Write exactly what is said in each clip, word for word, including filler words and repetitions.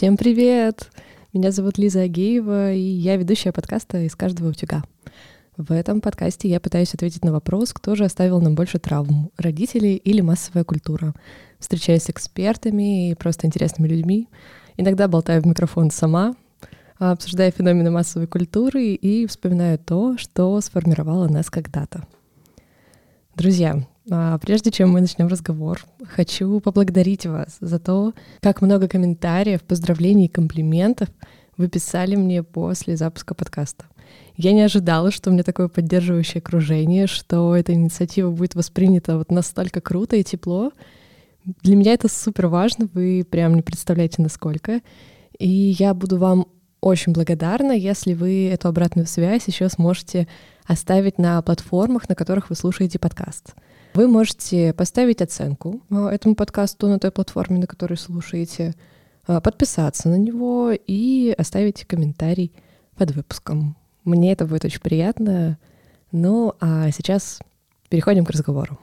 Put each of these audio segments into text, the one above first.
Всем привет! Меня зовут Лиза Агеева, и я ведущая подкаста «Из каждого утюга». В этом подкасте я пытаюсь ответить на вопрос, кто же оставил нам больше травм — родители или массовая культура. Встречаюсь с экспертами и просто интересными людьми. Иногда болтаю в микрофон сама, обсуждая феномены массовой культуры и вспоминаю то, что сформировало нас когда-то. Друзья, прежде чем мы начнем разговор, хочу поблагодарить вас за то, как много комментариев, поздравлений и комплиментов вы писали мне после запуска подкаста. Я не ожидала, что у меня такое поддерживающее окружение, что эта инициатива будет воспринята вот настолько круто и тепло. Для меня это супер важно, вы прям не представляете, насколько. И я буду вам очень благодарна, если вы эту обратную связь еще сможете оставить на платформах, на которых вы слушаете подкаст. Вы можете поставить оценку этому подкасту на той платформе, на которой слушаете, подписаться на него и оставить комментарий под выпуском. Мне это будет очень приятно. Ну, а сейчас переходим к разговору.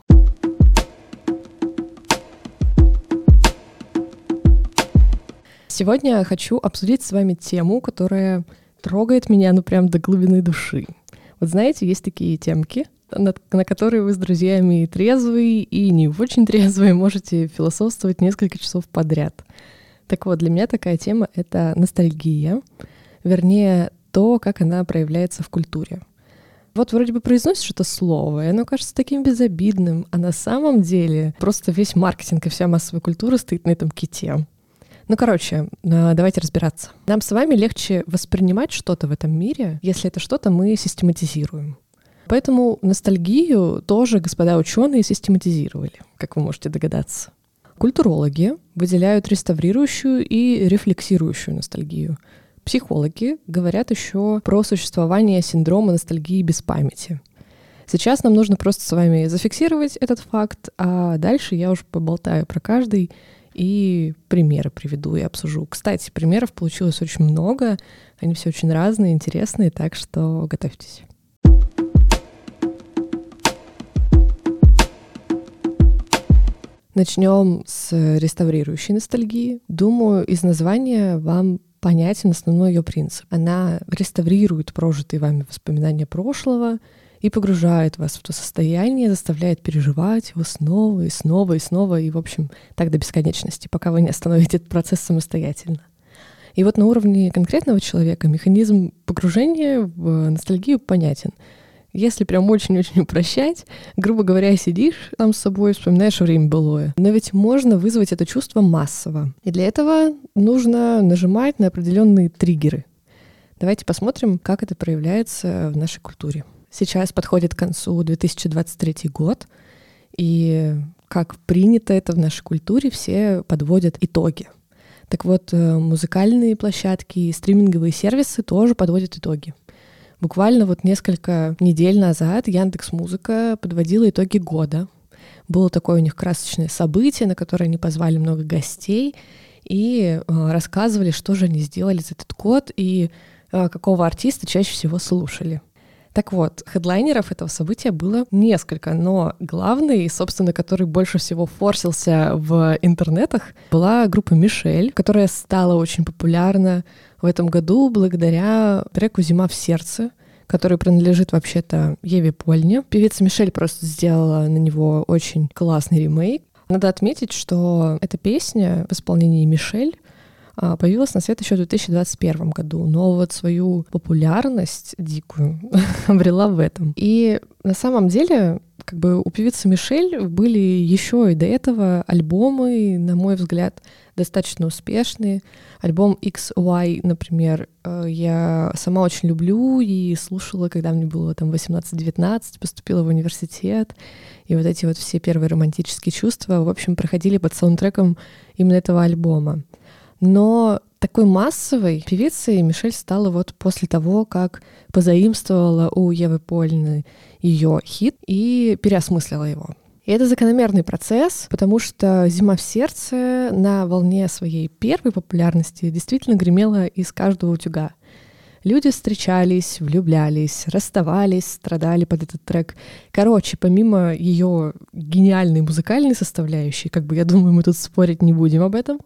Сегодня я хочу обсудить с вами тему, которая трогает меня, ну, прям до глубины души. Вот знаете, есть такие темки, на, на которые вы с друзьями и трезвые, и не очень трезвые можете философствовать несколько часов подряд. Так вот, для меня такая тема — это ностальгия, вернее, то, как она проявляется в культуре. Вот вроде бы произносишь это слово, и оно кажется таким безобидным, а на самом деле просто весь маркетинг и вся массовая культура стоит на этом ките. Ну, короче, давайте разбираться. Нам с вами легче воспринимать что-то в этом мире, если это что-то мы систематизируем. Поэтому ностальгию тоже господа ученые систематизировали, как вы можете догадаться. Культурологи выделяют реставрирующую и рефлексирующую ностальгию. Психологи говорят еще про существование синдрома ностальгии без памяти. Сейчас нам нужно просто с вами зафиксировать этот факт, а дальше я уже поболтаю про каждый и примеры приведу и обсужу. Кстати, примеров получилось очень много, они все очень разные, интересные, так что готовьтесь. Начнем с реставрирующей ностальгии. Думаю, из названия вам понятен основной ее принцип. Она реставрирует прожитые вами воспоминания прошлого и погружает вас в то состояние, заставляет переживать его снова и снова и снова, и, в общем, так до бесконечности, пока вы не остановите этот процесс самостоятельно. И вот на уровне конкретного человека механизм погружения в ностальгию понятен. Если прям очень-очень упрощать, грубо говоря, сидишь там с собой, вспоминаешь время былое. Но ведь можно вызвать это чувство массово. И для этого нужно нажимать на определенные триггеры. Давайте посмотрим, как это проявляется в нашей культуре. Сейчас подходит к концу две тысячи двадцать третий год, и, как принято это в нашей культуре, все подводят итоги. Так вот, музыкальные площадки и стриминговые сервисы тоже подводят итоги. Буквально вот несколько недель назад Яндекс.Музыка подводила итоги года. Было такое у них красочное событие, на которое они позвали много гостей и рассказывали, что же они сделали за этот год и какого артиста чаще всего слушали. Так вот, хедлайнеров этого события было несколько, но главный, собственно, который больше всего форсился в интернетах, была группа «Мишель», которая стала очень популярна в этом году благодаря треку «Зима в сердце», который принадлежит вообще-то Еве Польне. Певица Мишель просто сделала на него очень классный ремейк. Надо отметить, что эта песня в исполнении Мишель появилась на свет еще в две тысячи двадцать первом году, но вот свою популярность дикую обрела в этом. И на самом деле, как бы у певицы Мишель были еще и до этого альбомы, на мой взгляд, достаточно успешные. Альбом икс уай, например, я сама очень люблю и слушала, когда мне было там восемнадцать-девятнадцать, поступила в университет, и вот эти вот все первые романтические чувства, в общем, проходили под саундтреком именно этого альбома. Но такой массовой певицей Мишель стала вот после того, как позаимствовала у Евы Польны ее хит и переосмыслила его. И это закономерный процесс, потому что «Зима в сердце» на волне своей первой популярности действительно гремела из каждого утюга. Люди встречались, влюблялись, расставались, страдали под этот трек. Короче, помимо ее гениальной музыкальной составляющей, как бы, я думаю, мы тут спорить не будем об этом,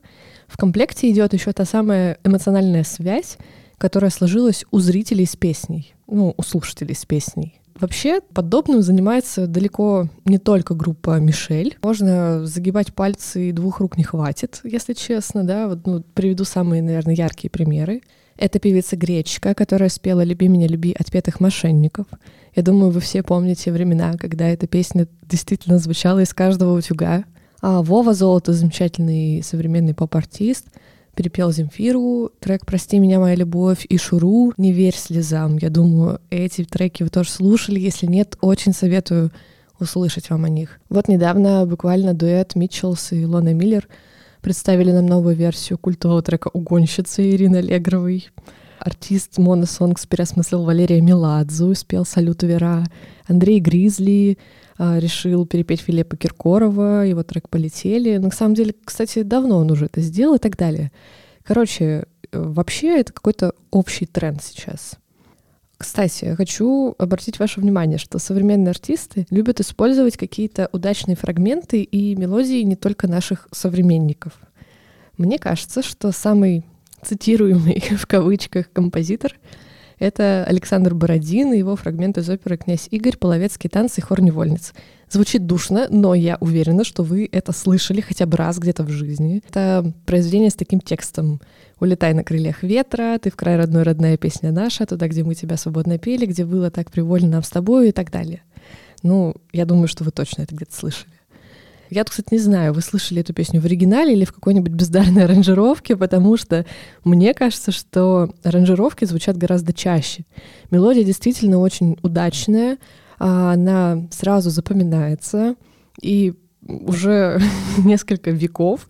В комплекте идет еще та самая эмоциональная связь, которая сложилась у зрителей с песней, ну, у слушателей с песней. Вообще, подобным занимается далеко не только группа «Мишель». Можно загибать пальцы, и двух рук не хватит, если честно, да. Вот, ну, приведу самые, наверное, яркие примеры. Это певица Гречка, которая спела «Люби меня, люби» «Отпетых мошенников». Я думаю, вы все помните времена, когда эта песня действительно звучала из каждого утюга. А Вова Золото, замечательный современный поп-артист, перепел Земфиру, трек «Прости меня, моя любовь» и Шуру «Не верь слезам». Я думаю, эти треки вы тоже слушали. Если нет, очень советую услышать вам о них. Вот недавно буквально дуэт Митчеллс и Илона Миллер представили нам новую версию культового трека «Угонщицы» Ирины Аллегровой. Артист Мона Сонгс переосмыслил Валерия Меладзе, спел «Салют Вера». Андрей Гризли а, решил перепеть Филиппа Киркорова, его трек «Полетели». Но на самом деле, кстати, давно он уже это сделал и так далее. Короче, вообще это какой-то общий тренд сейчас. Кстати, я хочу обратить ваше внимание, что современные артисты любят использовать какие-то удачные фрагменты и мелодии не только наших современников. Мне кажется, что самый цитируемый в кавычках композитор — это Александр Бородин и его фрагмент из оперы «Князь Игорь», «Половецкие танцы» и «Хор невольниц». Звучит душно, но я уверена, что вы это слышали хотя бы раз где-то в жизни. Это произведение с таким текстом: «Улетай на крыльях ветра, ты в край родной, родная песня наша, туда, где мы тебя свободно пели, где было так привольно нам с тобой» и так далее. Ну, я думаю, что вы точно это где-то слышали. Я, кстати, не знаю, вы слышали эту песню в оригинале или в какой-нибудь бездарной аранжировке, потому что мне кажется, что аранжировки звучат гораздо чаще. Мелодия действительно очень удачная, она сразу запоминается, и уже несколько веков,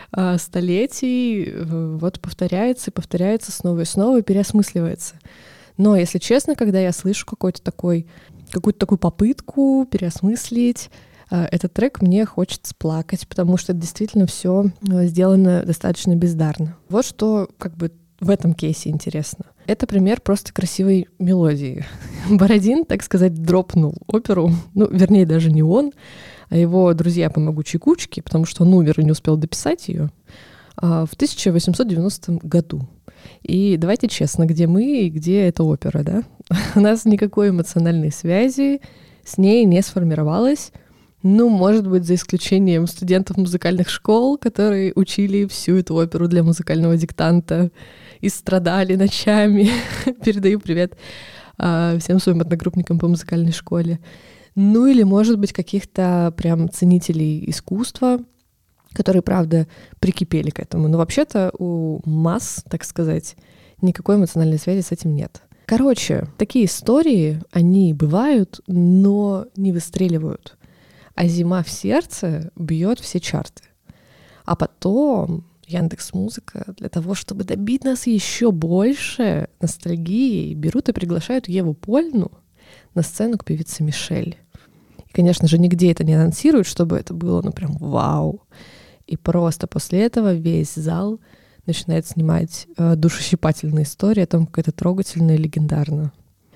столетий вот повторяется и повторяется снова и снова и переосмысливается. Но, если честно, когда я слышу какой-то такой, какую-то такую попытку переосмыслить этот трек, мне хочется плакать, потому что действительно все сделано достаточно бездарно. Вот что как бы в этом кейсе интересно. Это пример просто красивой мелодии. Бородин, так сказать, дропнул оперу, ну, вернее, даже не он, а его друзья по могучей кучке, потому что он умер и не успел дописать ее, в тысяча восемьсот девяностом году. И давайте честно, где мы и где эта опера, да? У нас никакой эмоциональной связи с ней не сформировалось. Ну, может быть, за исключением студентов музыкальных школ, которые учили всю эту оперу для музыкального диктанта и страдали ночами. Передаю привет а, всем своим одногруппникам по музыкальной школе. Ну, или, может быть, каких-то прям ценителей искусства, которые, правда, прикипели к этому. Но вообще-то у масс, так сказать, никакой эмоциональной связи с этим нет. Короче, такие истории, они бывают, но не выстреливают. А «Зима в сердце» бьет все чарты. А потом Яндекс.Музыка для того, чтобы добить нас еще больше ностальгией, берут и приглашают Еву Польну на сцену к певице Мишель. И, конечно же, нигде это не анонсируют, чтобы это было, ну, прям вау. И просто после этого весь зал начинает снимать э, душещипательные истории о том, как это трогательно и легендарно.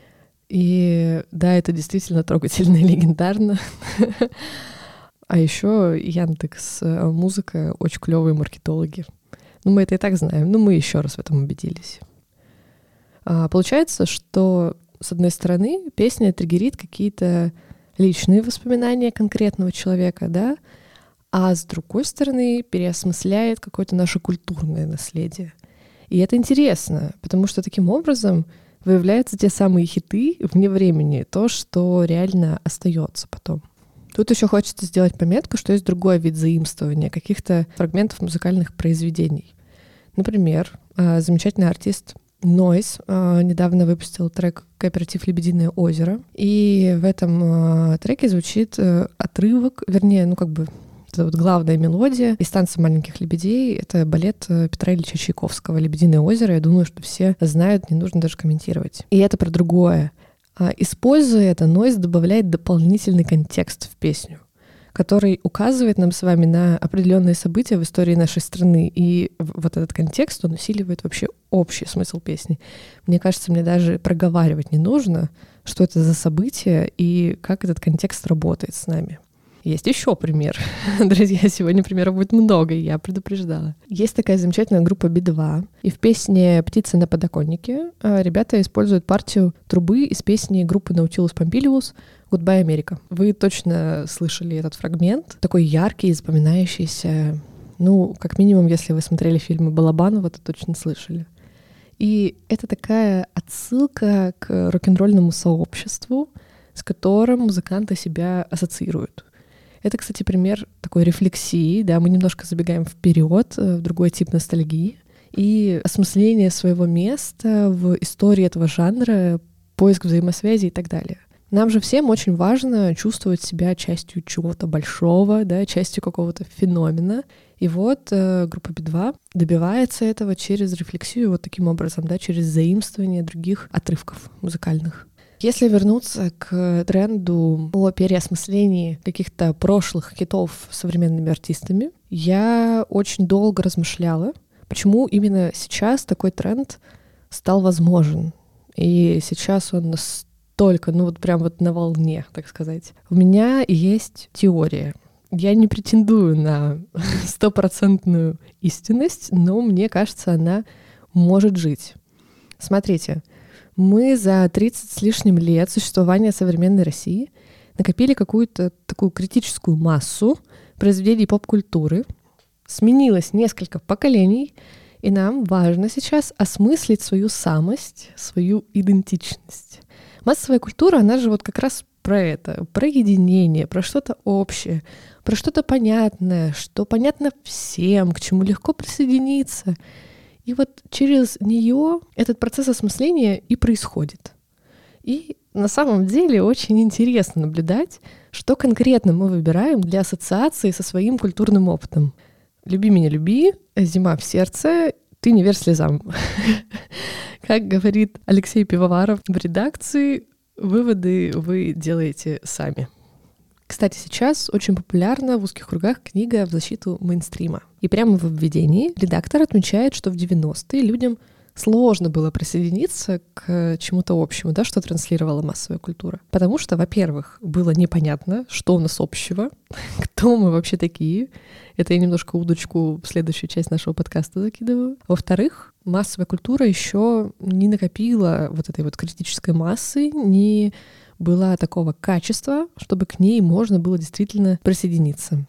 И да, это действительно трогательно и легендарно. А еще Яндекс.Музыка очень клевые маркетологи. Ну, мы это и так знаем, но мы еще раз в этом убедились. А, получается, что, с одной стороны, песня триггерит какие-то личные воспоминания конкретного человека, да, а с другой стороны, переосмысляет какое-то наше культурное наследие. И это интересно, потому что таким образом выявляются те самые хиты вне времени, то, что реально остается потом. Тут еще хочется сделать пометку, что есть другой вид заимствования каких-то фрагментов музыкальных произведений. Например, замечательный артист Noise недавно выпустил трек «Кооператив Лебединое озеро», и в этом треке звучит отрывок, вернее, ну как бы это вот главная мелодия из «Танца маленьких лебедей». Это балет Петра Ильича Чайковского «Лебединое озеро». Я думаю, что все знают, не нужно даже комментировать. И это про другое. Используя это, Noise добавляет дополнительный контекст в песню, который указывает нам с вами на определенные события в истории нашей страны. И вот этот контекст, он усиливает вообще общий смысл песни. Мне кажется, мне даже проговаривать не нужно, что это за события и как этот контекст работает с нами. есть еще пример. Друзья, сегодня примеров будет много, я предупреждала. Есть такая замечательная группа би два, и в песне «Птицы на подоконнике» ребята используют партию трубы из песни группы Nautilus Pompilius «Goodbye, America». Вы точно слышали этот фрагмент, такой яркий, запоминающийся. Ну, как минимум, если вы смотрели фильмы Балабанова, то точно слышали. И это такая отсылка к рок-н-ролльному сообществу, с которым музыканты себя ассоциируют. Это, кстати, пример такой рефлексии, да, мы немножко забегаем вперед в другой тип ностальгии и осмысление своего места в истории этого жанра, поиск взаимосвязи и так далее. Нам же всем очень важно чувствовать себя частью чего-то большого, да, частью какого-то феномена. И вот э, группа би два добивается этого через рефлексию вот таким образом, да, через заимствование других отрывков музыкальных. Если вернуться к тренду о переосмыслении каких-то прошлых хитов современными артистами, я очень долго размышляла, почему именно сейчас такой тренд стал возможен. И сейчас он настолько, ну вот прям вот на волне, так сказать. У меня есть теория. Я не претендую на стопроцентную истинность, но мне кажется, она может жить. Смотрите, мы за тридцать с лишним лет существования современной России накопили какую-то такую критическую массу произведений поп-культуры, сменилось несколько поколений, и нам важно сейчас осмыслить свою самость, свою идентичность. Массовая культура, она же вот как раз про это, про единение, про что-то общее, про что-то понятное, что понятно всем, к чему легко присоединиться. И вот через нее этот процесс осмысления и происходит. И на самом деле очень интересно наблюдать, что конкретно мы выбираем для ассоциации со своим культурным опытом. «Люби меня, люби», «Зима в сердце», «Ты не верь слезам». Как говорит Алексей Пивоваров в редакции, выводы вы делаете сами. Кстати, сейчас очень популярна в узких кругах книга в защиту мейнстрима. И прямо в введении редактор отмечает, что в девяностые людям сложно было присоединиться к чему-то общему, да, что транслировала массовая культура. Потому что, во-первых, было непонятно, что у нас общего, кто мы вообще такие. Это я немножко удочку в следующую часть нашего подкаста закидываю. Во-вторых, массовая культура еще не накопила вот этой вот критической массы, не было такого качества, чтобы к ней можно было действительно присоединиться.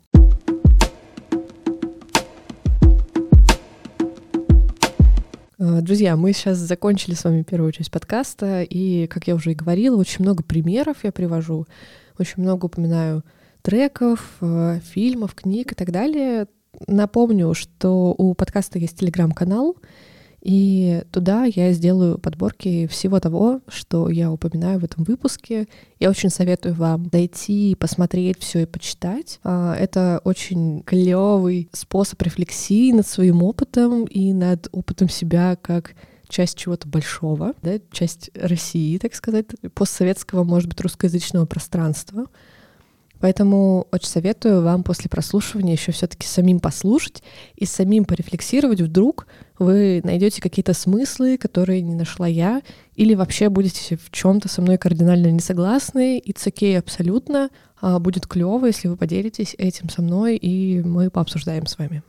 Друзья, мы сейчас закончили с вами первую часть подкаста, и, как я уже и говорила, очень много примеров я привожу, очень много упоминаю треков, фильмов, книг и так далее. Напомню, что у подкаста есть телеграм-канал, и туда я сделаю подборки всего того, что я упоминаю в этом выпуске. Я очень советую вам зайти, посмотреть все и почитать. Это очень клевый способ рефлексии над своим опытом и над опытом себя как часть чего-то большого, да, часть России, так сказать, постсоветского, может быть, русскоязычного пространства. Поэтому очень советую вам после прослушивания еще все-таки самим послушать и самим порефлексировать. Вдруг вы найдете какие-то смыслы, которые не нашла я, или вообще будете в чем-то со мной кардинально не согласны. It's okay абсолютно. Будет клево, если вы поделитесь этим со мной, и мы пообсуждаем с вами.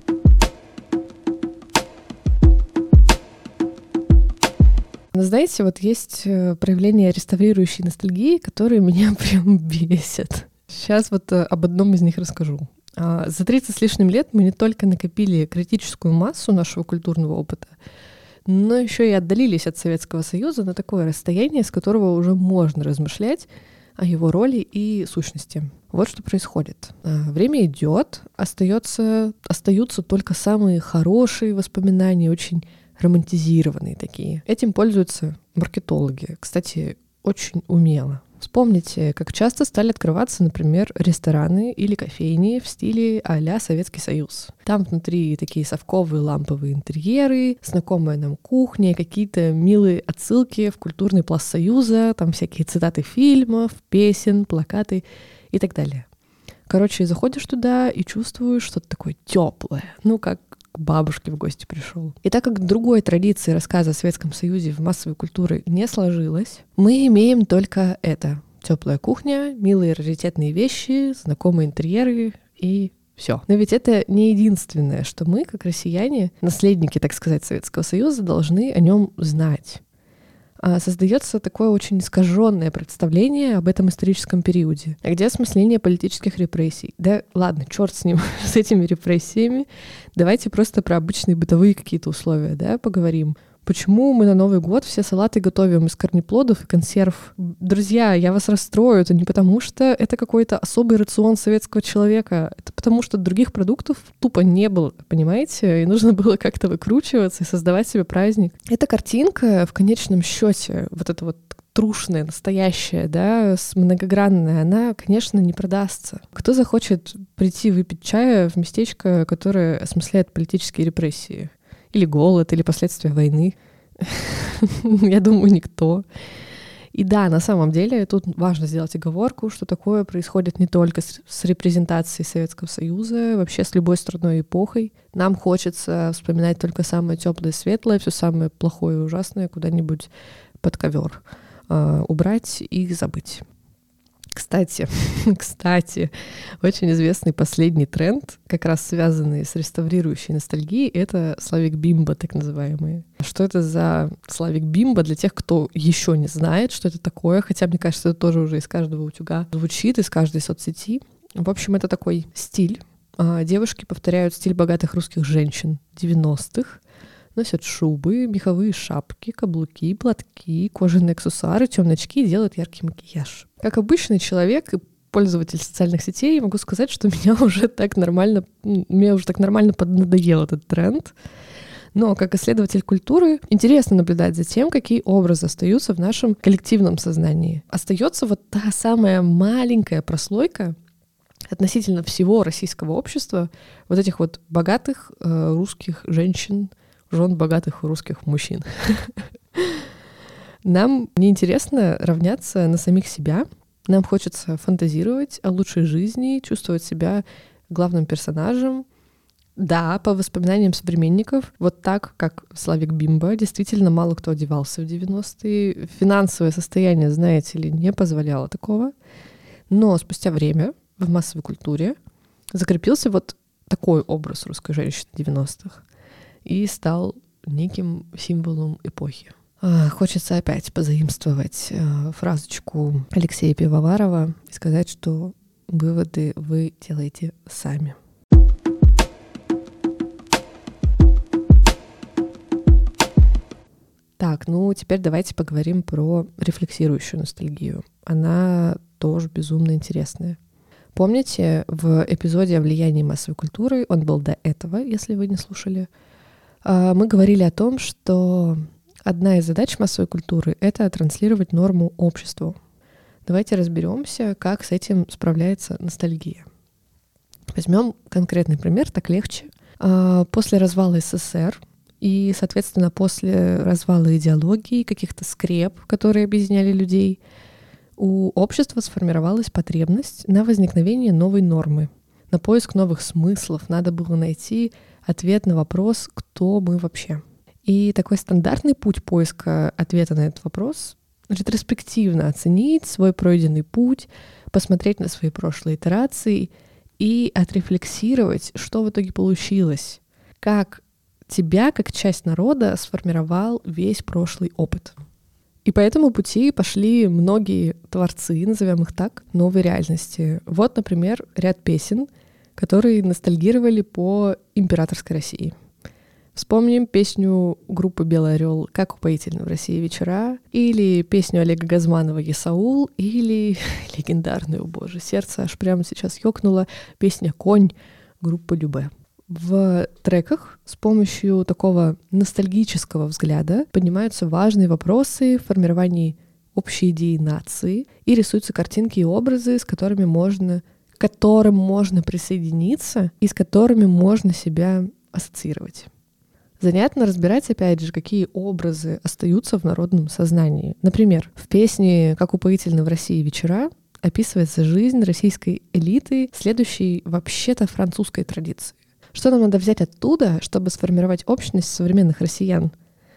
Знаете, вот есть проявления реставрирующей ностальгии, которые меня прям бесят. Сейчас вот об одном из них расскажу. За тридцать с лишним лет мы не только накопили критическую массу нашего культурного опыта, но еще и отдалились от Советского Союза на такое расстояние, с которого уже можно размышлять о его роли и сущности. Вот что происходит. Время идет, остается, остаются только самые хорошие воспоминания, очень романтизированные такие. Этим пользуются маркетологи. Кстати, очень умело. Вспомните, как часто стали открываться, например, рестораны или кофейни в стиле а-ля Советский Союз. Там внутри такие совковые ламповые интерьеры, знакомая нам кухня, какие-то милые отсылки в культурный пласт Союза, там всякие цитаты фильмов, песен, плакаты и так далее. Короче, заходишь туда и чувствуешь что-то такое теплое, ну как к бабушке в гости пришел. И так как другой традиции рассказа о Советском Союзе в массовой культуре не сложилось, мы имеем только это. Теплая кухня, милые раритетные вещи, знакомые интерьеры и все. Но ведь это не единственное, что мы, как россияне, наследники, так сказать, Советского Союза, должны о нем знать. А создается такое очень искаженное представление об этом историческом периоде. А где осмысление политических репрессий? Да ладно, черт с ним, с этими репрессиями. Давайте просто про обычные бытовые какие-то условия, да, поговорим. Почему мы на Новый год все салаты готовим из корнеплодов и консерв? Друзья, я вас расстрою. Это не потому, что это какой-то особый рацион советского человека. Это потому, что других продуктов тупо не было, понимаете? И нужно было как-то выкручиваться и создавать себе праздник. Эта картинка, в конечном счете, вот эта вот трушная, настоящая, да, многогранная, она, конечно, не продастся. Кто захочет прийти выпить чая в местечко, которое осмысляет политические репрессии? Или голод, или последствия войны. Я думаю, никто. И да, на самом деле тут важно сделать оговорку, что такое происходит не только с, с репрезентацией Советского Союза, вообще с любой страной и эпохой. Нам хочется вспоминать только самое теплое и светлое, все самое плохое и ужасное куда-нибудь под ковер э, убрать и забыть. Кстати, кстати, очень известный последний тренд, как раз связанный с реставрирующей ностальгией, это Славик Бимбо, так называемые. Что это за Славик Бимбо для тех, кто еще не знает, что это такое, хотя, мне кажется, это тоже уже из каждого утюга звучит, из каждой соцсети. В общем, это такой стиль. Девушки повторяют стиль богатых русских женщин девяностых, носят шубы, меховые шапки, каблуки, платки, кожаные аксессуары, темные очки и делают яркий макияж. Как обычный человек и пользователь социальных сетей могу сказать, что меня уже так нормально, мне уже так нормально поднадоел этот тренд. Но как исследователь культуры интересно наблюдать за тем, какие образы остаются в нашем коллективном сознании. Остается вот та самая маленькая прослойка относительно всего российского общества вот этих вот богатых э, русских женщин, жен богатых русских мужчин. Нам неинтересно равняться на самих себя. Нам хочется фантазировать о лучшей жизни, чувствовать себя главным персонажем. Да, по воспоминаниям современников, вот так, как Славик Бимбо, действительно мало кто одевался в девяностые. Финансовое состояние, знаете ли, не позволяло такого. Но спустя время в массовой культуре закрепился вот такой образ русской женщины девяностых. И стал неким символом эпохи. Хочется опять позаимствовать фразочку Алексея Пивоварова и сказать, что выводы вы делаете сами. Так, ну теперь давайте поговорим про рефлексирующую ностальгию. Она тоже безумно интересная. Помните, в эпизоде о влиянии массовой культуры, он был до этого, если вы не слушали, мы говорили о том, что одна из задач массовой культуры — это транслировать норму обществу. Давайте разберемся, как с этим справляется ностальгия. Возьмем конкретный пример, так легче. После развала СССР и, соответственно, после развала идеологии, каких-то скреп, которые объединяли людей, у общества сформировалась потребность на возникновение новой нормы. На поиск новых смыслов надо было найти ответ на вопрос, кто мы вообще. И такой стандартный путь поиска ответа на этот вопрос — ретроспективно оценить свой пройденный путь, посмотреть на свои прошлые итерации и отрефлексировать, что в итоге получилось, как тебя, как часть народа, сформировал весь прошлый опыт. И по этому пути пошли многие творцы, назовем их так, новой реальности. Вот, например, ряд песен, которые ностальгировали по императорской России. Вспомним песню группы «Белый орел» «Как упоительны в России вечера», или песню Олега Газманова «Есаул», или легендарную, о боже, сердце аж прямо сейчас ёкнуло, песня «Конь» группы Любэ. В треках с помощью такого ностальгического взгляда поднимаются важные вопросы в формировании общей идеи нации и рисуются картинки и образы, с которыми можно, к которым можно присоединиться и с которыми можно себя ассоциировать. Занятно разбирать, опять же, какие образы остаются в народном сознании. Например, в песне «Как упоительны в России вечера» описывается жизнь российской элиты, следующей вообще-то французской традиции. Что нам надо взять оттуда, чтобы сформировать общность современных россиян?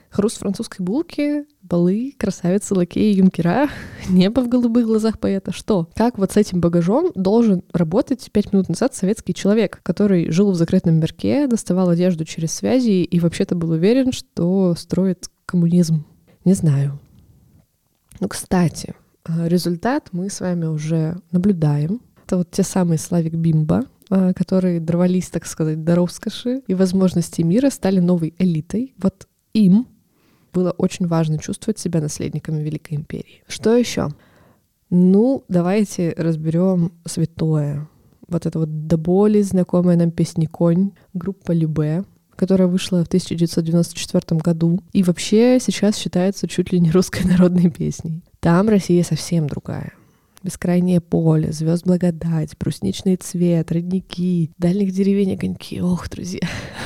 Хруст французской булки, балы, красавицы, лакеи, юнкера, небо в голубых глазах поэта. Что? Как вот с этим багажом должен работать пять минут назад советский человек, который жил в закрытом мирке, доставал одежду через связи и вообще-то был уверен, что строит коммунизм? Не знаю. Ну, кстати, результат мы с вами уже наблюдаем. Это вот те самые Славик Бимба, которые дорвались, так сказать, до роскоши и возможностей мира, стали новой элитой. Вот им было очень важно чувствовать себя наследниками Великой империи. Что еще? Ну, давайте разберем святое. Вот это вот до боли знакомая нам песня «Конь», группа Любэ, которая вышла в тысяча девятьсот девяносто четвёртом году и вообще сейчас считается чуть ли не русской народной песней. Там Россия совсем другая. Бескрайнее поле, звезд благодать, брусничный цвет, родники, дальних деревень огоньки. Ох, друзья,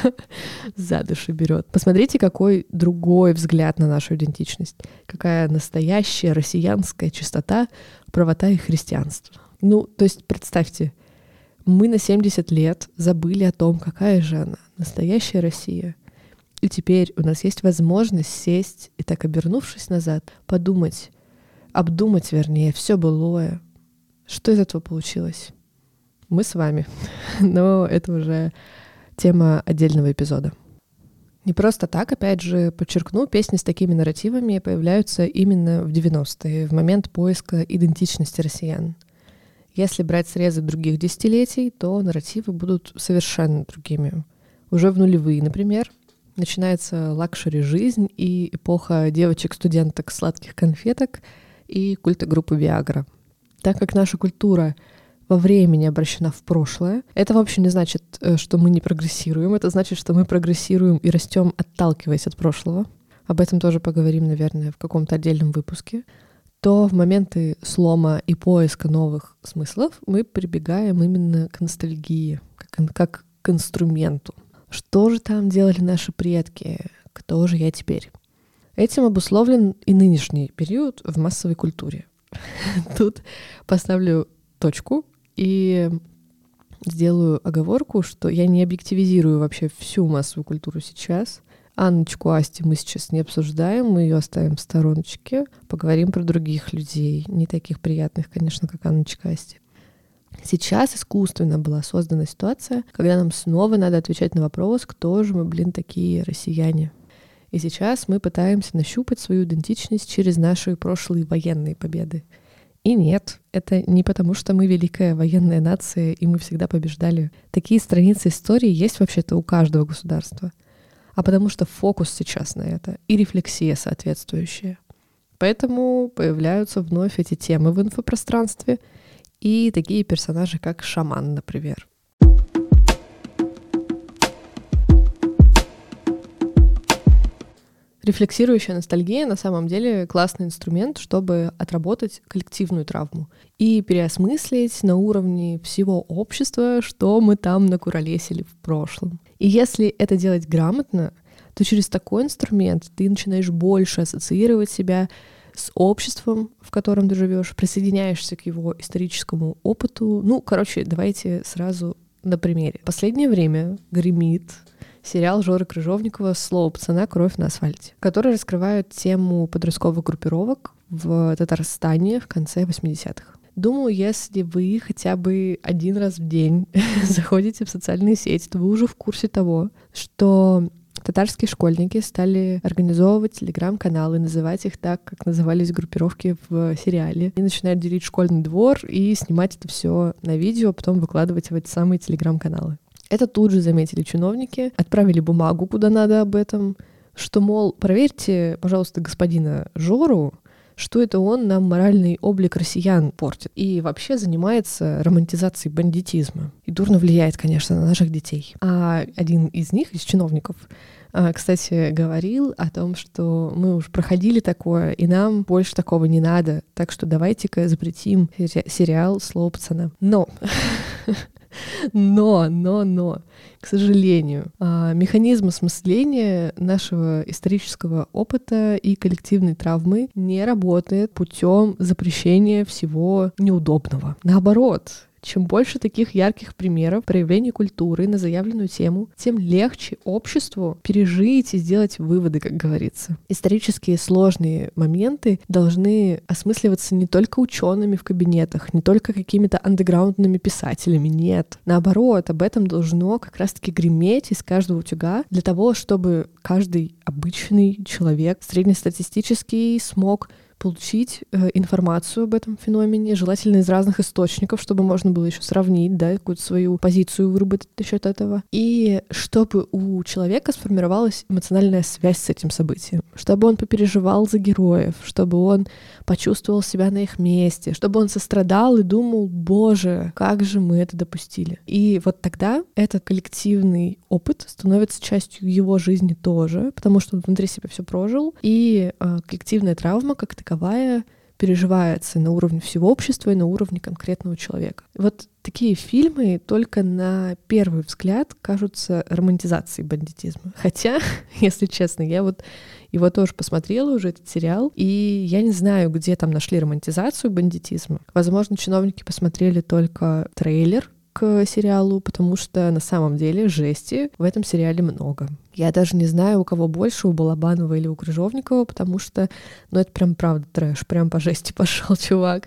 за душу берет. Посмотрите, какой другой взгляд на нашу идентичность. Какая настоящая россиянская чистота, правота и христианство. Ну, то есть представьте, мы на семьдесят лет забыли о том, какая же она, настоящая Россия. И теперь у нас есть возможность сесть и, так обернувшись назад, подумать, обдумать, вернее, все былое. Что из этого получилось? Мы с вами. Но это уже тема отдельного эпизода. Не просто так, опять же, подчеркну, песни с такими нарративами появляются именно в девяностые, в момент поиска идентичности россиян. Если брать срезы других десятилетий, то нарративы будут совершенно другими. Уже в нулевые, например, начинается лакшери-жизнь и эпоха девочек-студенток сладких конфеток и культа группы Виагра. Так как наша культура во времени обращена в прошлое, это вообще не значит, что мы не прогрессируем, это значит, что мы прогрессируем и растем, отталкиваясь от прошлого. Об этом тоже поговорим, наверное, в каком-то отдельном выпуске. То в моменты слома и поиска новых смыслов мы прибегаем именно к ностальгии, как, как к инструменту. Что же там делали наши предки? Кто же я теперь? Этим обусловлен и нынешний период в массовой культуре. Тут поставлю точку и сделаю оговорку, что я не объективизирую вообще всю массовую культуру сейчас. Анночку Асти мы сейчас не обсуждаем, мы ее оставим в стороночке, поговорим про других людей, не таких приятных, конечно, как Анночка Асти. Сейчас искусственно была создана ситуация, когда нам снова надо отвечать на вопрос, кто же мы, блин, такие россияне. И сейчас мы пытаемся нащупать свою идентичность через наши прошлые военные победы. И нет, это не потому, что мы великая военная нация, и мы всегда побеждали. Такие страницы истории есть вообще-то у каждого государства. А потому что фокус сейчас на это и рефлексия соответствующая. Поэтому появляются вновь эти темы в инфопространстве и такие персонажи, как шаман, например. Рефлексирующая ностальгия на самом деле классный инструмент, чтобы отработать коллективную травму и переосмыслить на уровне всего общества, что мы там накуролесили в прошлом. И если это делать грамотно, то через такой инструмент ты начинаешь больше ассоциировать себя с обществом, в котором ты живешь, присоединяешься к его историческому опыту. Ну, короче, давайте сразу на примере. В последнее время гремит сериал Жоры Крыжовникова «Слово пацана. Кровь на асфальте», который раскрывает тему подростковых группировок в Татарстане в конце восьмидесятых. Думаю, если вы хотя бы один раз в день заходите в социальные сети, то вы уже в курсе того, что татарские школьники стали организовывать телеграм-каналы, называть их так, как назывались группировки в сериале, и начинают делить школьный двор и снимать это все на видео, потом выкладывать в эти самые телеграм-каналы. Это тут же заметили чиновники, отправили бумагу куда надо об этом, что, мол, проверьте, пожалуйста, господина Жору, что это он нам моральный облик россиян портит и вообще занимается романтизацией бандитизма. И дурно влияет, конечно, на наших детей. А один из них, из чиновников, кстати, говорил о том, что мы уже проходили такое, и нам больше такого не надо, так что давайте-ка запретим сериал «Слово пацана». Но... Но, но, но, к сожалению, механизм осмысления нашего исторического опыта и коллективной травмы не работает путем запрещения всего неудобного. Наоборот, Чем больше таких ярких примеров проявления культуры на заявленную тему, тем легче обществу пережить и сделать выводы, как говорится. Исторические сложные моменты должны осмысливаться не только учеными в кабинетах, не только какими-то андеграундными писателями, нет. Наоборот, об этом должно как раз-таки греметь из каждого утюга для того, чтобы каждый обычный человек, среднестатистический, смог получить э, информацию об этом феномене, желательно из разных источников, чтобы можно было еще сравнить, да, какую-то свою позицию выработать насчет этого. И чтобы у человека сформировалась эмоциональная связь с этим событием, чтобы он попереживал за героев, чтобы он почувствовал себя на их месте, чтобы он сострадал и думал: боже, как же мы это допустили. И вот тогда этот коллективный опыт становится частью его жизни тоже, потому что он внутри себя все прожил, и э, коллективная травма как таковая переживается на уровне всего общества и на уровне конкретного человека. Вот такие фильмы только на первый взгляд кажутся романтизацией бандитизма. Хотя, если честно, я вот его тоже посмотрела уже, этот сериал, и я не знаю, где там нашли романтизацию бандитизма. Возможно, чиновники посмотрели только трейлер к сериалу, потому что на самом деле жести в этом сериале много. Я даже не знаю, у кого больше, у Балабанова или у Крыжовникова, потому что, ну, это прям правда трэш, прям по жести пошел чувак.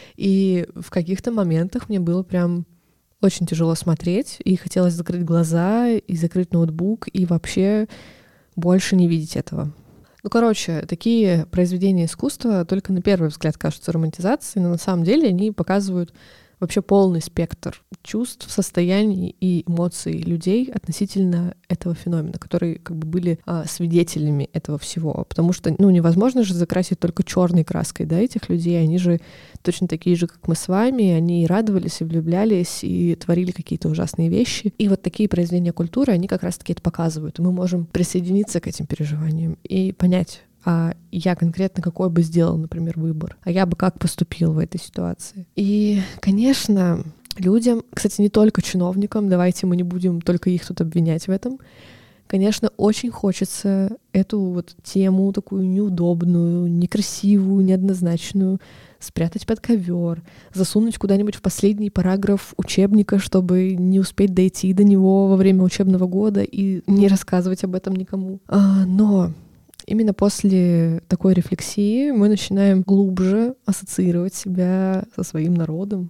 И в каких-то моментах мне было прям очень тяжело смотреть, и хотелось закрыть глаза, и закрыть ноутбук, и вообще больше не видеть этого. Ну, короче, такие произведения искусства только на первый взгляд кажутся романтизацией, но на самом деле они показывают вообще полный спектр чувств, состояний и эмоций людей относительно этого феномена, которые как бы были а, свидетелями этого всего. Потому что, ну, невозможно же закрасить только черной краской, да, этих людей. Они же точно такие же, как мы с вами. Они и радовались, и влюблялись, и творили какие-то ужасные вещи. И вот такие произведения культуры, они как раз-таки это показывают. И мы можем присоединиться к этим переживаниям и понять, а я конкретно какой бы сделал, например, выбор, а я бы как поступил в этой ситуации. И, конечно, людям, кстати, не только чиновникам, давайте мы не будем только их тут обвинять в этом, конечно, очень хочется эту вот тему такую неудобную, некрасивую, неоднозначную спрятать под ковер, засунуть куда-нибудь в последний параграф учебника, чтобы не успеть дойти до него во время учебного года и не рассказывать об этом никому. А, но именно после такой рефлексии мы начинаем глубже ассоциировать себя со своим народом,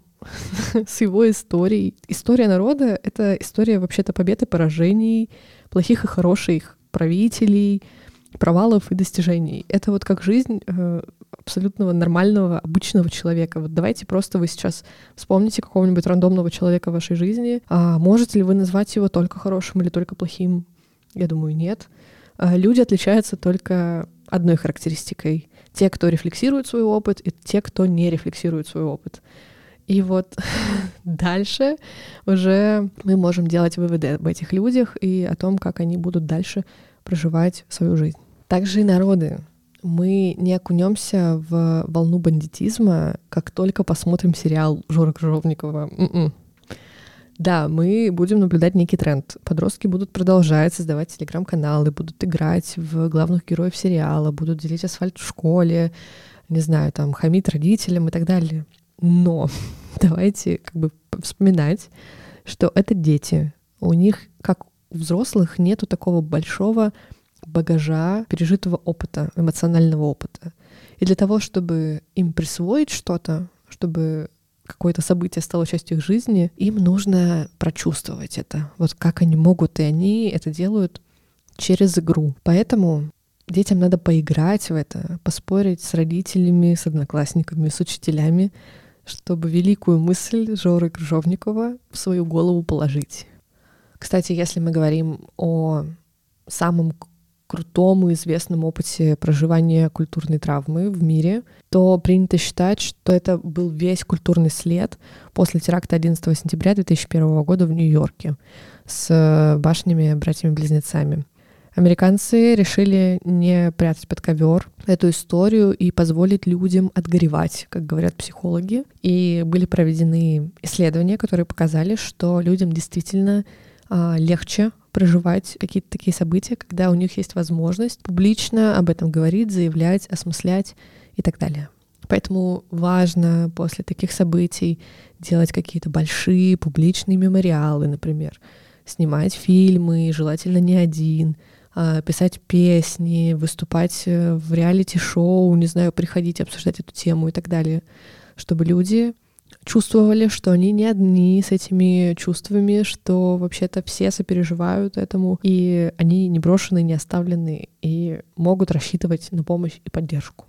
с его историей. История народа — это история вообще-то побед и поражений, плохих и хороших правителей, провалов и достижений. Это вот как жизнь э, абсолютного нормального, обычного человека. Вот давайте просто вы сейчас вспомните какого-нибудь рандомного человека в вашей жизни. А можете ли вы назвать его только хорошим или только плохим? Я думаю, нет. Люди отличаются только одной характеристикой. Те, кто рефлексирует свой опыт, и те, кто не рефлексирует свой опыт. И вот дальше уже мы можем делать выводы об этих людях и о том, как они будут дальше проживать свою жизнь. Также и народы. Мы не окунемся в волну бандитизма, как только посмотрим сериал Жоры Крыжовникова. М-м. Да, мы будем наблюдать некий тренд. Подростки будут продолжать создавать телеграм-каналы, будут играть в главных героев сериала, будут делить асфальт в школе, не знаю, там, хамить родителям и так далее. Но давайте как бы вспоминать, что это дети. У них, как у взрослых, нету такого большого багажа пережитого опыта, эмоционального опыта. И для того, чтобы им присвоить что-то, чтобы какое-то событие стало частью их жизни, им нужно прочувствовать это. Вот как они могут, и они это делают через игру. Поэтому детям надо поиграть в это, поспорить с родителями, с одноклассниками, с учителями, чтобы великую мысль Жоры Крыжовникова в свою голову положить. Кстати, если мы говорим о самом крутом и известном опыте проживания культурной травмы в мире, то принято считать, что это был весь культурный след после теракта одиннадцатого сентября две тысячи первого года в Нью-Йорке с башнями-братьями-близнецами. Американцы решили не прятать под ковер эту историю и позволить людям отгоревать, как говорят психологи. И были проведены исследования, которые показали, что людям действительно а, легче проживать какие-то такие события, когда у них есть возможность публично об этом говорить, заявлять, осмыслять и так далее. Поэтому важно после таких событий делать какие-то большие публичные мемориалы, например, снимать фильмы, желательно не один, писать песни, выступать в реалити-шоу, не знаю, приходить обсуждать эту тему и так далее, чтобы люди чувствовали, что они не одни с этими чувствами, что вообще-то все сопереживают этому, и они не брошены, не оставлены, и могут рассчитывать на помощь и поддержку.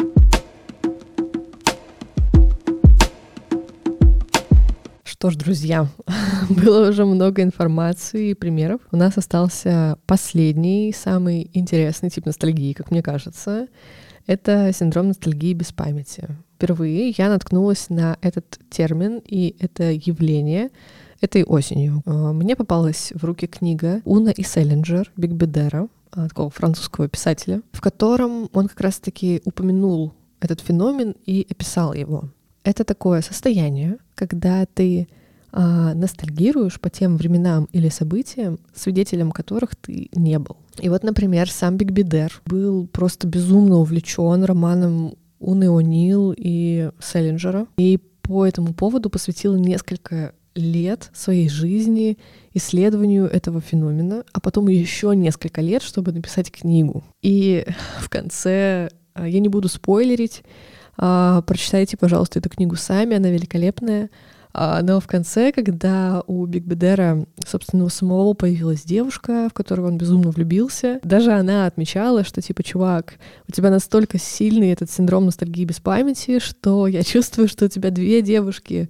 Что ж, друзья, было уже много информации и примеров. У нас остался последний, самый интересный тип ностальгии, как мне кажется. Это синдром ностальгии без памяти. Впервые я наткнулась на этот термин и это явление этой осенью. Мне попалась в руки книга Уна и Селлинджер Бигбедера, такого французского писателя, в котором он как раз-таки упомянул этот феномен и описал его. Это такое состояние, когда ты а, ностальгируешь по тем временам или событиям, свидетелем которых ты не был. И вот, например, сам Бигбедер был просто безумно увлечен романом Уны О'Нил и Селлинджера, и по этому поводу посвятил несколько лет своей жизни исследованию этого феномена, а потом еще несколько лет, чтобы написать книгу. И в конце, я не буду спойлерить, прочитайте, пожалуйста, эту книгу сами, она великолепная. Но в конце, когда у Бигбедера, собственно, у самого появилась девушка, в которую он безумно влюбился, даже она отмечала, что типа, чувак, у тебя настолько сильный этот синдром ностальгии без памяти, что я чувствую, что у тебя две девушки,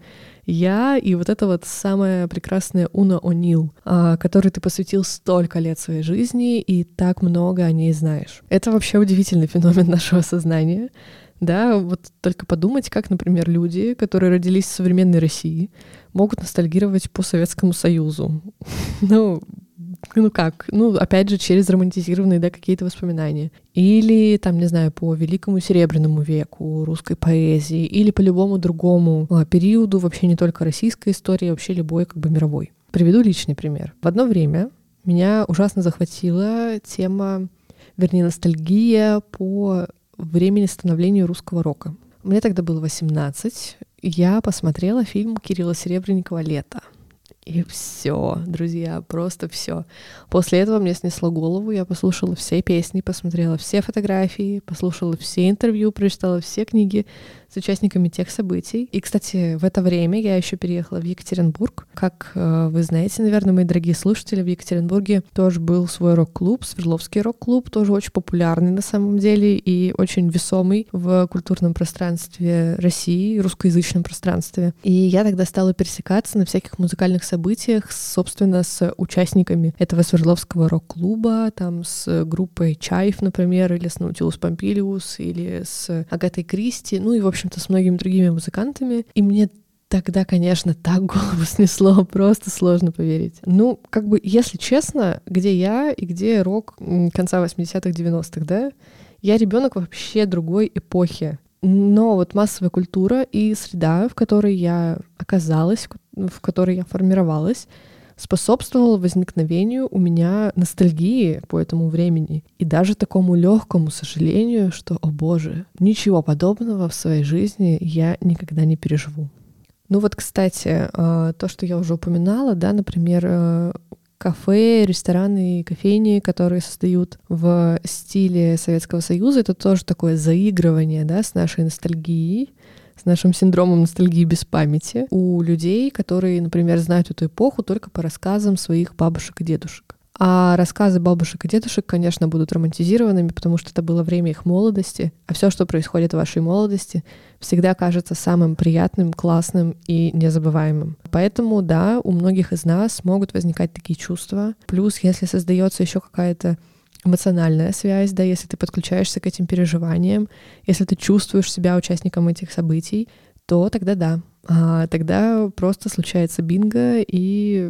я и вот эта вот самая прекрасная Уна О'Нил, которой ты посвятил столько лет своей жизни и так много о ней знаешь. Это вообще удивительный феномен нашего сознания. Да, вот только подумать, как, например, люди, которые родились в современной России, могут ностальгировать по Советскому Союзу. Ну, ну как? Ну, опять же, через романтизированные, да, какие-то воспоминания. Или, там, не знаю, по Великому Серебряному веку русской поэзии, или по любому другому периоду, вообще не только российской истории, вообще любой, как бы, мировой. Приведу личный пример. В одно время меня ужасно захватила тема, вернее, ностальгия по времени становления русского рока. Мне тогда было восемнадцать, я посмотрела фильм Кирилла Серебренникова «Лето». И все, друзья, просто все. После этого мне снесло голову, я послушала все песни, посмотрела все фотографии, послушала все интервью, прочитала все книги с участниками тех событий. И, кстати, в это время я еще переехала в Екатеринбург. Как э, вы знаете, наверное, мои дорогие слушатели, в Екатеринбурге тоже был свой рок-клуб, Свердловский рок-клуб, тоже очень популярный на самом деле и очень весомый в культурном пространстве России, русскоязычном пространстве. И я тогда стала пересекаться на всяких музыкальных событиях, собственно, с участниками этого Свердловского рок-клуба, там с группой Чайф, например, или с Наутилус Помпилиус, или с Агатой Кристи, ну и, в общем-то, с многими другими музыкантами. И мне тогда, конечно, так голову снесло, просто сложно поверить. Ну, как бы, если честно, где я и где рок конца восьмидесятых, девяностых, да, я ребенок вообще другой эпохи. Но вот массовая культура и среда, в которой я оказалась, в которой я формировалась, способствовала возникновению у меня ностальгии по этому времени и даже такому легкому сожалению, что, о боже, ничего подобного в своей жизни я никогда не переживу. Ну вот, кстати, то, что я уже упоминала, да, например, кафе, рестораны и кофейни, которые создают в стиле Советского Союза, это тоже такое заигрывание, да, с нашей ностальгией, с нашим синдромом ностальгии без памяти у людей, которые, например, знают эту эпоху только по рассказам своих бабушек и дедушек. А рассказы бабушек и дедушек, конечно, будут романтизированными, потому что это было время их молодости, а все, что происходит в вашей молодости, всегда кажется самым приятным, классным и незабываемым. Поэтому, да, у многих из нас могут возникать такие чувства. Плюс, если создается еще какая-то эмоциональная связь, да, если ты подключаешься к этим переживаниям, если ты чувствуешь себя участником этих событий, то тогда да. А тогда просто случается бинго, и...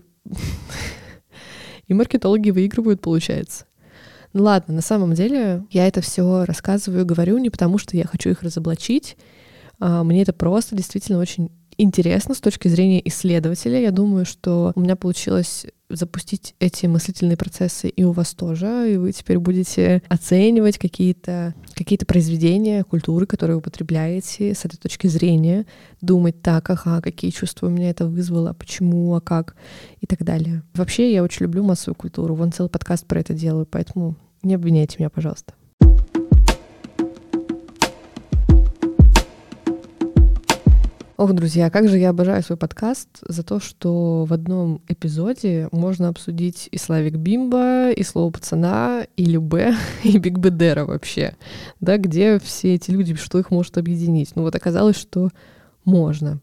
и маркетологи выигрывают, получается. Ну ладно, на самом деле я это все рассказываю, говорю не потому, что я хочу их разоблачить. Мне это просто действительно очень интересно с точки зрения исследователя. Я думаю, что у меня получилось запустить эти мыслительные процессы и у вас тоже, и вы теперь будете оценивать какие-то какие-то произведения культуры, которые вы употребляете с этой точки зрения, думать так, ага, какие чувства у меня это вызвало, почему, а как, и так далее. Вообще, я очень люблю массовую культуру, вон целый подкаст про это делаю, поэтому не обвиняйте меня, пожалуйста. Ох, друзья, как же я обожаю свой подкаст за то, что в одном эпизоде можно обсудить и Славик Бимба, и Слово пацана, и Любэ, и Биг Бедера вообще. Да, где все эти люди, что их может объединить? Ну вот оказалось, что можно.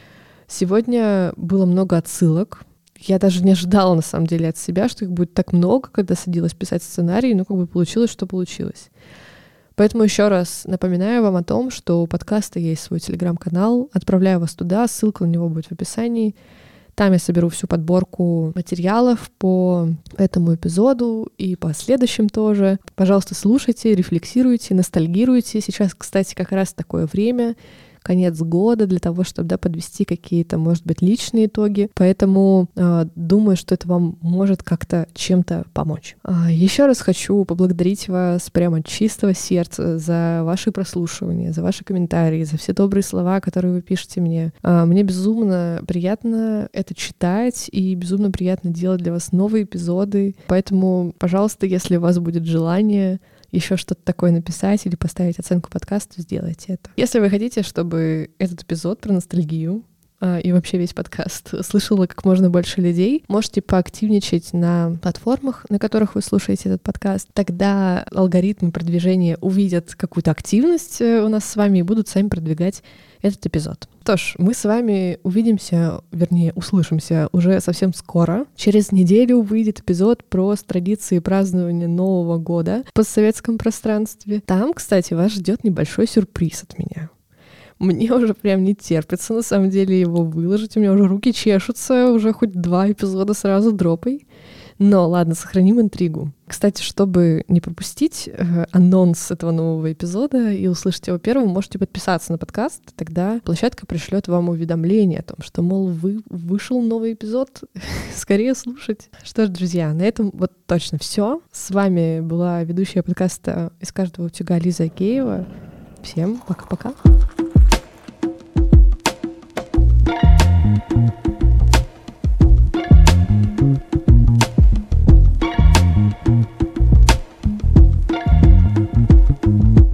Сегодня было много отсылок. Я даже не ожидала, на самом деле, от себя, что их будет так много, когда садилась писать сценарий, но как бы получилось, что получилось. Поэтому еще раз напоминаю вам о том, что у подкаста есть свой телеграм-канал. Отправляю вас туда, ссылка на него будет в описании. Там я соберу всю подборку материалов по этому эпизоду и по следующим тоже. Пожалуйста, слушайте, рефлексируйте, ностальгируйте. Сейчас, кстати, как раз такое время, конец года, для того, чтобы да, подвести какие-то, может быть, личные итоги. Поэтому э, думаю, что это вам может как-то чем-то помочь. А, еще раз хочу поблагодарить вас прямо от чистого сердца за ваши прослушивания, за ваши комментарии, за все добрые слова, которые вы пишете мне. А, мне безумно приятно это читать и безумно приятно делать для вас новые эпизоды. Поэтому, пожалуйста, если у вас будет желание еще что-то такое написать или поставить оценку подкасту, сделайте это. Если вы хотите, чтобы этот эпизод про ностальгию а, и вообще весь подкаст слышало как можно больше людей, можете поактивничать на платформах, на которых вы слушаете этот подкаст. Тогда алгоритмы продвижения увидят какую-то активность у нас с вами и будут сами продвигать этот эпизод. Что ж, мы с вами увидимся, вернее, услышимся уже совсем скоро. Через неделю выйдет эпизод про традиции празднования Нового года в постсоветском пространстве. Там, кстати, вас ждет небольшой сюрприз от меня. Мне уже прям не терпится, на самом деле, его выложить. У меня уже руки чешутся, уже хоть два эпизода сразу дропай. Но ладно, сохраним интригу. Кстати, чтобы не пропустить э, анонс этого нового эпизода и услышать его первым, можете подписаться на подкаст, тогда площадка пришлет вам уведомление о том, что, мол, вы, вышел новый эпизод, скорее слушать. Что ж, друзья, на этом вот точно все. С вами была ведущая подкаста «Из каждого утюга» Лиза Агеева. Всем пока-пока.